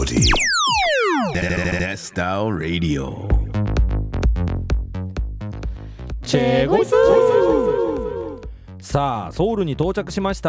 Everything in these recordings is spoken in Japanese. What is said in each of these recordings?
Melody. That style radio. チェゴイスさあソウルに到着しました、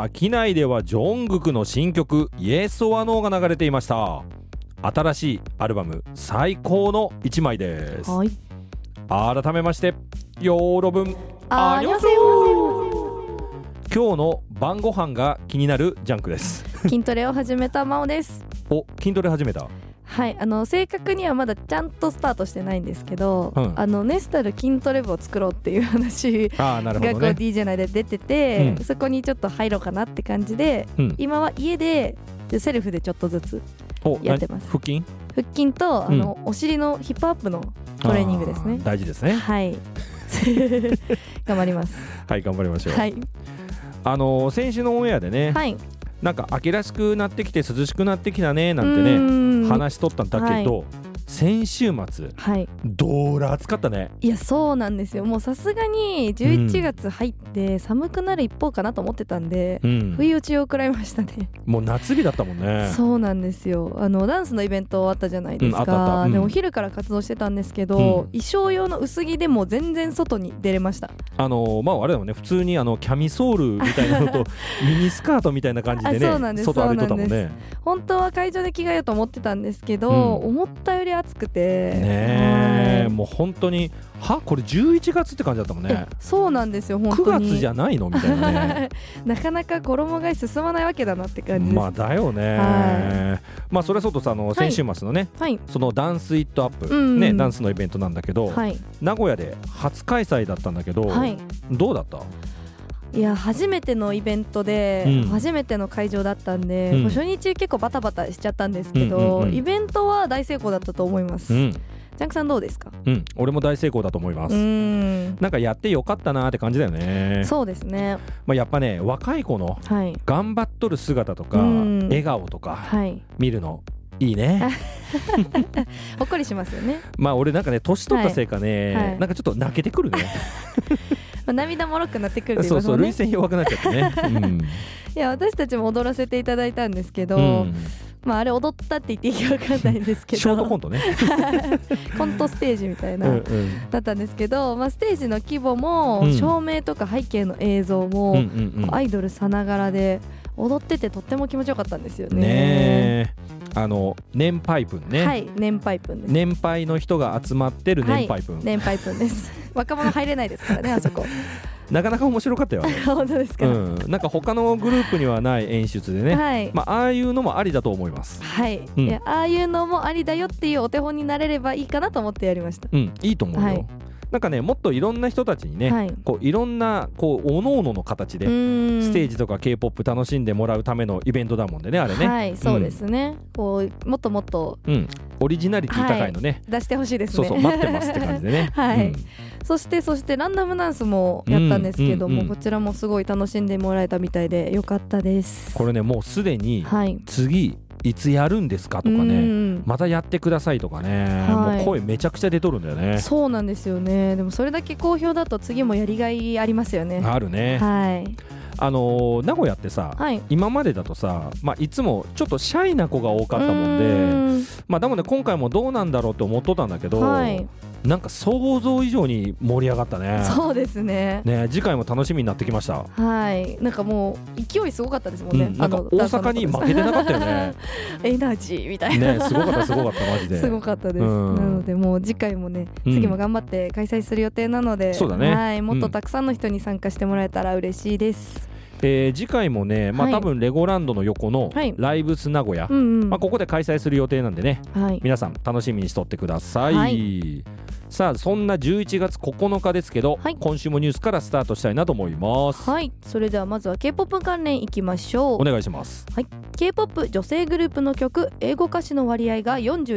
機内ではジョングクの新曲 Yes or No が流れていました。新しいアルバム最高の一枚です、改めましてヨーロブンアニョンセヨ。今日の晩ご飯が気になるジャンクです。 筋トレを始めたマオです。 お、筋トレ始めた。 はい、正確にはまだちゃんとスタートしてないんですけど、ネスタル筋トレ部を作ろうっていう話がこう DJ 内で出てて、そこにちょっと入ろうかなって感じで、今は家でセルフでちょっとずつやってます。 腹筋とお尻のヒップアップのトレーニングですね。 大事ですね。 はい頑張ります。 はい、頑張りましょう。 はい、 先週のオンエアでね、なんか秋らしくなってきて涼しくなってきたねなんてね話しとったんだけど、先週末、どら暑かったね。 いやそうなんですよ。もうさすがに11月入って寒くなる一方かなと思ってたんで、不意打ちを食らいましたね。 もう夏日だったもんね。 そうなんですよ。ダンスのイベントあったじゃないですか、でお昼から活動してたんですけど、衣装用の薄着でも全然外に出れました。 あれだもんね、普通にキャミソールみたいなのとミニスカートみたいな感じでね外歩いとったもんね。 本当は会場で着替えようと思ってたんですけど、思ったより暑くてね、もう本当にこれ11月って感じだったもんね。そうなんですよ。本当に9月じゃないのみたいなねなかなか衣替え進まないわけだなって感じです。 まあだよね、まあそれそうとさ先週末のね、そのダンスイットアップ、ダンスのイベントなんだけど、名古屋で初開催だったんだけど、どうだった？ いや初めてのイベントで、初めての会場だったんで、初日結構バタバタしちゃったんですけど、イベントは大成功だったと思います。ジャンクさんどうですか？ 俺も大成功だと思います。なんかやってよかったなって感じだよね。 そうですね。 やっぱね若い子の頑張っとる姿とか、笑顔とか見るのいいねほっこりしますよね。 俺なんかね年取ったせいかね、なんかちょっと泣けてくるね涙もろくなってくるって言いますもんね。涙腺弱くなっちゃってねいや私たちも踊らせていただいたんですけど、あれ踊ったって言っていいか分かんないんですけどショートコントねコントステージみたいなだったんですけど、ステージの規模も、照明とか背景の映像も、アイドルさながらで踊っててとっても気持ちよかったんですよね。 年配分ね。 はい、年配分です。 年配の人が集まってる年配分、 年配分です若者入れないですからねあそこなかなか面白かったよね本当ですか？ なんか他のグループにはない演出でね、ああいうのもありだと思います。 いやああいうのもありだよっていうお手本になれればいいかなと思ってやりました。 いいと思うよ。なんかねもっといろんな人たちにね、こういろんなこう各々の形でステージとか K-POP 楽しんでもらうためのイベントだもんでねあれね。そうですね。こうもっともっとオリジナリティ高いのね、 出してほしいですね。 そう待ってますって感じでねそしてランダムダンスもやったんですけども、こちらもすごい楽しんでもらえたみたいでよかったです。 これねもうすでに次いつやるんですかとかね、またやってくださいとかね、もう声めちゃくちゃ出とるんだよね。 そうなんですよね。でもそれだけ好評だと次もやりがいありますよね。 あるね。名古屋ってさ、今までだとさ、いつもちょっとシャイな子が多かったもんで、でもね今回もどうなんだろうって思っとったんだけど、なんか想像以上に盛り上がったね。そうですね。次回も楽しみになってきました。なんかもう勢いすごかったですもんね。 なんか大阪に負けてなかったよねエナジーみたいなすごかったマジですごかったです。なのでもう次回もね、次も頑張って開催する予定なので、そうだね。もっとたくさんの人に参加してもらえたら嬉しいです。 次回もね、多分レゴランドの横のライブス名古屋、ここで開催する予定なんでね、皆さん楽しみにしとってください。さあそんな11月9日ですけど、今週もニュースからスタートしたいなと思います。 それではまずは K-POP 関連いきましょう。 お願いします。 K-POP 女性グループの曲英語歌詞の割合が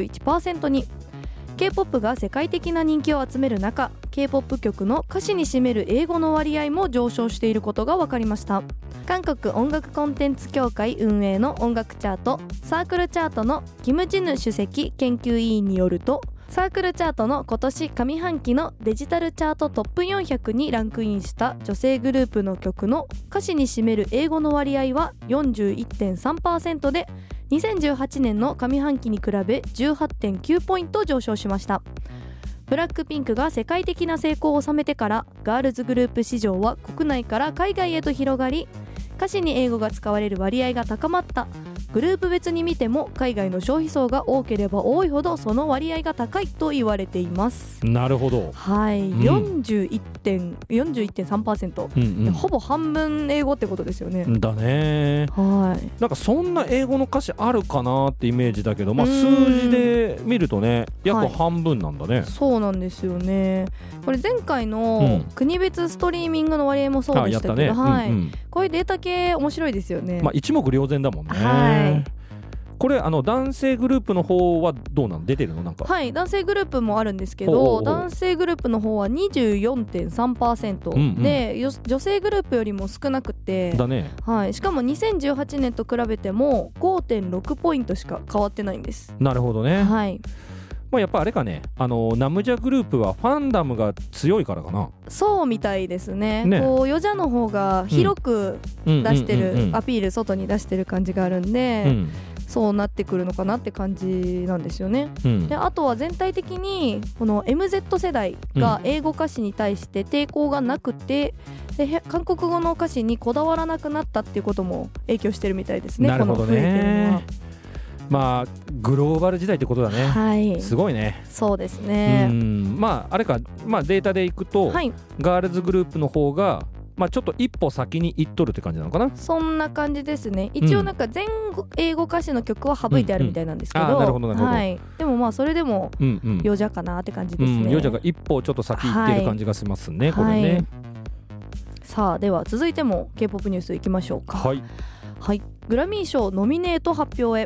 41% に。K-POP が世界的な人気を集める中、 K-POP 曲の歌詞に占める英語の割合も上昇していることが分かりました。韓国音楽コンテンツ協会運営の音楽チャートサークルチャートのキム・ジヌ主席研究委員によると、サークルチャートの今年上半期のデジタルチャートトップ400にランクインした女性グループの曲の歌詞に占める英語の割合は 41.3% で、 2018年の上半期に比べ 18.9 ポイント上昇しました。ブラックピンクが世界的な成功を収めてからガールズグループ市場は国内から海外へと広がり、歌詞に英語が使われる割合が高まった。グループ別に見ても海外の消費層が多ければ多いほどその割合が高いと言われています。 なるほど。 はい、41.3%、ほぼ半分英語ってことですよね。 だね。 はい。 なんかそんな英語の歌詞あるかなってイメージだけど、数字で見るとね約半分なんだね、はい、 そうなんですよね。これ前回の国別ストリーミングの割合もそうでしたけど、はい、こういうデータ系面白いですよね。 一目瞭然だもんね。 はい。 これ男性グループの方はどうなの？出てるの？なんか。 はい、男性グループもあるんですけど、男性グループの方は 24.3%、で女性グループよりも少なくてだね。 はい、しかも2018年と比べても 5.6 ポイントしか変わってないんです。 なるほどね。 はい。 やっぱあれかね、ナムジャグループはファンダムが強いからかな。 そうみたいですね。こうヨジャの方が広く出してる、アピール外に出してる感じがあるんで、そうなってくるのかなって感じなんですよね、であとは全体的にこの MZ 世代が英語歌詞に対して抵抗がなくて、で韓国語の歌詞にこだわらなくなったっていうことも影響してるみたいですね。 なるほどね。 この増えてるのはグローバル時代ってことだね。 はい、 すごいね。 そうですね。 あれか、データでいくと、はい、ガールズグループの方がちょっと一歩先に行っとるって感じなのかな。そんな感じですね。一応なんか全英語歌詞の曲は省いてあるみたいなんですけど、 なるほどなるほど、はい、 でもそれでもヨジャかなって感じですね。 ヨジャが一歩ちょっと先行ってる感じがしますね、はい、これね、はい、 さあでは続いても K-POP ニュースいきましょうか。 はい、 はい、グラミー賞ノミネート発表へ。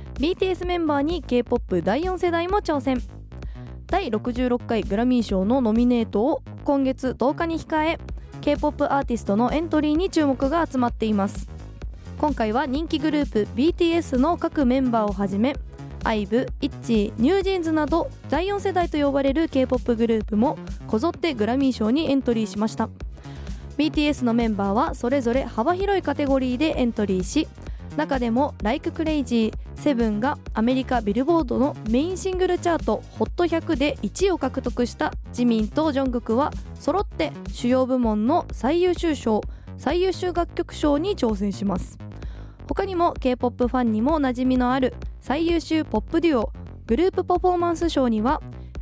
BTS メンバーに K-POP 第4世代も挑戦。第66回グラミー賞のノミネートを今月10日に控え、K-POP アーティストのエントリーに注目が集まっています。今回は人気グループ BTS の各メンバーをはじめ、IVE、ITZY、ニュージーンズなど第4世代と呼ばれる K-POP グループもこぞってグラミー賞にエントリーしました。 BTS のメンバーはそれぞれ幅広いカテゴリーでエントリーし、中でも Like Crazy、7がアメリカビルボードのメインシングルチャート HOT100 で1位を獲得したジミンとジョングクは揃って主要部門の最優秀賞、最優秀楽曲賞に挑戦します。他にも K-POP ファンにも馴染みのある最優秀ポップデュオ、グループパフォーマンス賞には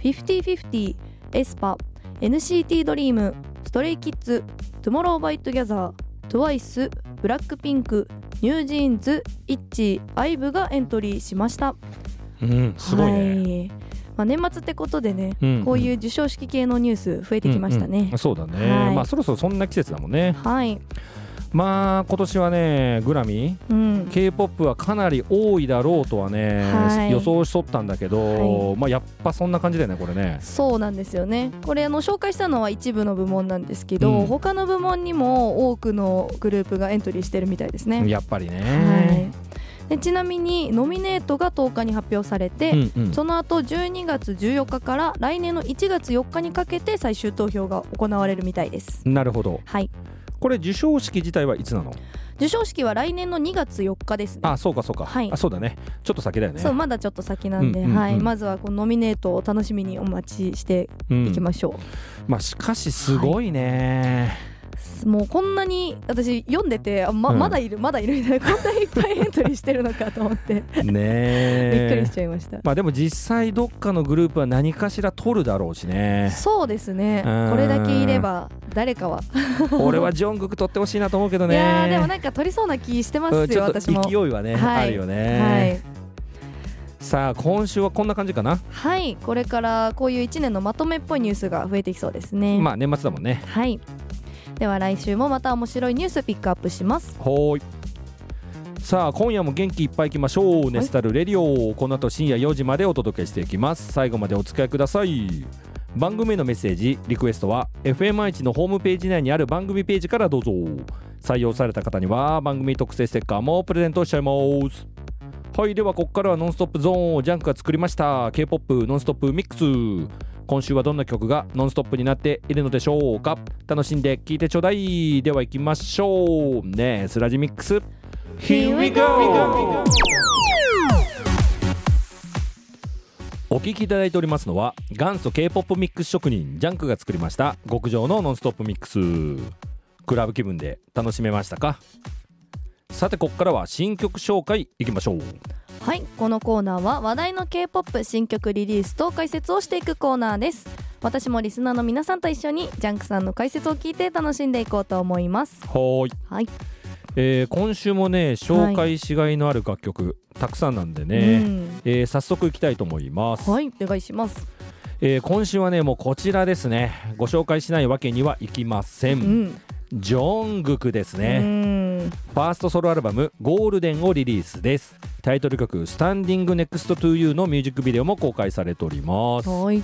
50/50、エスパ、NCT ドリーム、ストレイキッズ、Tomorrow by Together、TWICE、ブラックピンク、ニュージーンズ、ITZY、IVEがエントリーしました。 すごいね。 年末ってことでね、こういう授賞式系のニュース増えてきましたね。 そうだね、そろそろそんな季節だもんね。 はい。 今年はねグラミー、K-POP はかなり多いだろうとはね、予想しとったんだけど、やっぱそんな感じだよねこれね。 そうなんですよね。これ紹介したのは一部の部門なんですけど、他の部門にも多くのグループがエントリーしてるみたいですね。 やっぱりね。 でちなみにノミネートが10日に発表されて、その後12月14日から来年の1月4日にかけて最終投票が行われるみたいです。 なるほど。 はい。 これ授賞式自体はいつなの？ 授賞式は来年の2月4日ですね。 そうかそうか、はい、そうだね。ちょっと先だよね。 そう、まだちょっと先なんで、まずはこのノミネートを楽しみにお待ちしていきましょう。しかしすごいね、 もうこんなに私読んでてまだいるみたいな、こんなにいっぱいエントリーしてるのかと思ってねびっくりしちゃいました。 でも実際どっかのグループは何かしら取るだろうしね。 そうですね。これだけいれば誰かは俺はジョングク取ってほしいなと思うけどね。 いやでもなんか取りそうな気してますよ、 ちょっと私も。 勢いはね、あるよね。さあ今週はこんな感じかな。 はい、これからこういう1年のまとめっぽいニュースが増えてきそうですね。 年末だもんね。 はい。では来週もまた面白いニュースピックアップします。 はい。さあ今夜も元気いっぱいいきましょう。ネスタルレディオ、この後深夜4時までお届けしていきます。最後までお付き合いください。番組へのメッセージリクエストは FMI1 のホームページ内にある番組ページからどうぞ。採用された方には番組特製ステッカーもプレゼントしちゃいます。はい、ではここからはノンストップゾーン。ジャンクが作りました K-POP ノンストップミックス。今週はどんな曲がノンストップになっているのでしょうか。楽しんで聴いてちょうだい。では行きましょうね。スラジミックス Here we go。 聞きいただいておりますのは元祖 K-POP ミックス職人ジャンクが作りました極上のノンストップミックス。クラブ気分で楽しめましたか？さてここからは新曲紹介いきましょう。 はい、このコーナーは話題の K-POP 新曲リリースと解説をしていくコーナーです。私もリスナーの皆さんと一緒にジャンクさんの解説を聞いて楽しんでいこうと思います。 はい、今週もね紹介しがいのある楽曲、たくさんなんでね、早速いきたいと思います。 はい、お願いします。 今週はねもうこちらですね、ご紹介しないわけにはいきません。ジョングクですね。ファーストソロアルバムゴールデンをリリースです。タイトル曲スタンディングネクストトゥーユーのミュージックビデオも公開されております。 はい、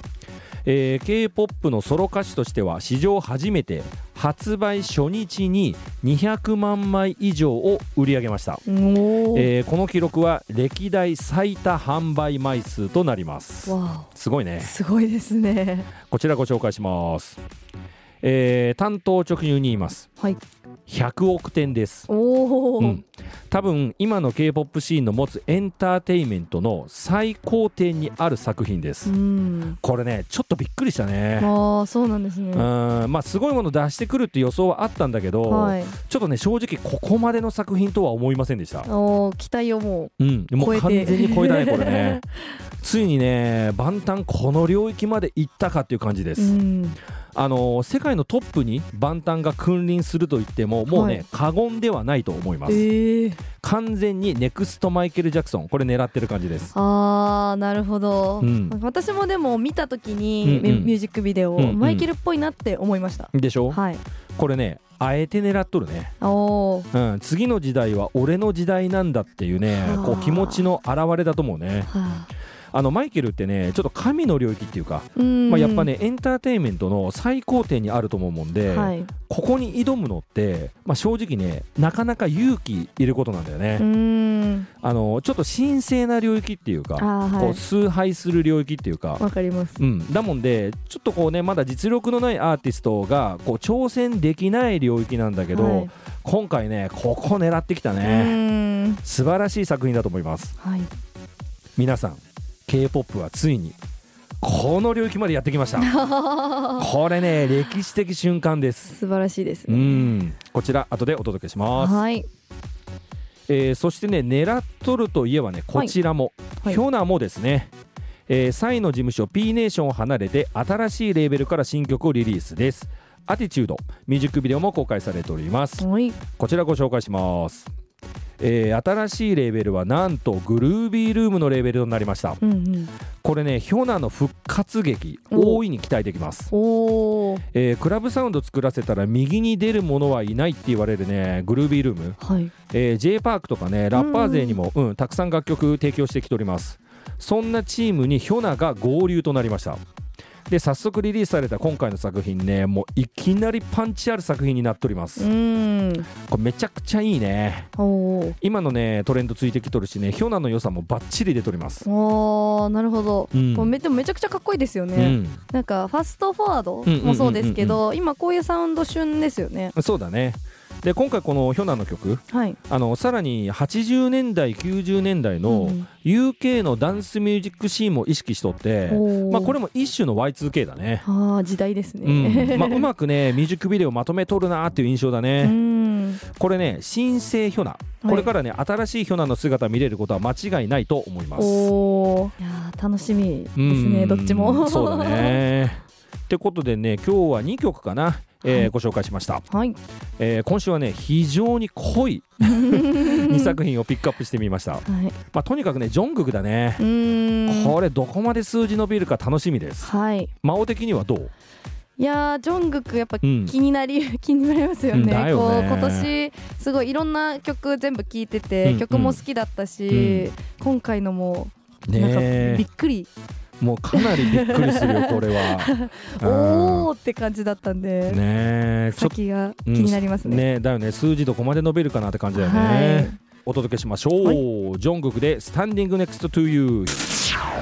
K-POP のソロ歌手としては史上初めて発売初日に200万枚以上を売り上げました。この記録は歴代最多販売枚数となります。すごいね。 すごいですね。 こちらご紹介します。担当直入に言います。はい、100億点です。多分今の K-POP シーンの持つエンターテインメントの最高点にある作品です。これねちょっとびっくりしたね。 そうなんですね。 すごいもの出してくるって予想はあったんだけど、ちょっとね正直ここまでの作品とは思いませんでした。 期待をもうもう完全に超えたねこれねついにねバンタンこの領域まで行ったかっていう感じです。世界のトップにバンタンが君臨すると言ってももうね、過言ではないと思います。完全にネクストマイケル・ジャクソンこれ狙ってる感じです。 なるほど、私もでも見た時に、ミュージックビデオ、マイケルっぽいなって思いました。 でしょ、これねあえて狙っとるね。次の時代は俺の時代なんだっていうねこう気持ちの表れだと思うね。マイケルってねちょっと神の領域っていうか、やっぱねエンターテインメントの最高点にあると思うもんで、ここに挑むのって、正直ねなかなか勇気いることなんだよね。ちょっと神聖な領域っていうか、こう崇拝する領域っていうか、 わかります。 だもんでちょっとこうねまだ実力のないアーティストがこう挑戦できない領域なんだけど、今回ねここ狙ってきたね。素晴らしい作品だと思います。皆さんK-POP はついにこの領域までやってきましたこれね歴史的瞬間です。 素晴らしいですね。 こちら後でお届けします。そしてね狙っとるといえばねこちらも、ヒョナもですね、サイの事務所 P ネーションを離れて新しいレーベルから新曲をリリースです。アティチュードミュージックビデオも公開されております。こちらご紹介します。新しいレーベルはなんとグルービールームのレーベルとなりました。これねヒョナの復活劇大いに期待できます。クラブサウンド作らせたら右に出る者はいないって言われるねグルービールーム、J パークとかねラッパー勢にも、たくさん楽曲提供してきております。そんなチームにヒョナが合流となりました。で早速リリースされた今回の作品ねもういきなりパンチある作品になっております。これめちゃくちゃいいね。今のねトレンドついてきとるしねヒョナの良さもバッチリ出ております。 なるほど、でもめちゃくちゃかっこいいですよね。なんかファストフォワードもそうですけど、今こういうサウンド旬ですよね。 そうだね。で今回このヒョナの曲、さらに80年代90年代の UK のダンスミュージックシーンも意識しとって、これも一種の Y2K だね。 時代ですね。 うまくねミュージックビデオまとめとるなっていう印象だね。これね新生ヒョナ、これからね新しいヒョナの姿見れることは間違いないと思います。 いや楽しみですね、どっちも。 そうだね。ってことでね今日は2曲かな、ご紹介しました。今週はね非常に濃い2作品をピックアップしてみました。とにかくねジョングクだね。これどこまで数字伸びるか楽しみです。魔王的にはどう？ いやジョングクやっぱ気になりますよね。今年すごいいろんな曲全部聴いてて、曲も好きだったし、今回のもなんかびっくり、 もうかなりびっくりするよこれはおーって感じだったんでね、先が気になりますね。 だよね。数字どこまで伸びるかなって感じだよね。お届けしましょう、ジョングクでスタンディングネクストトゥーユー。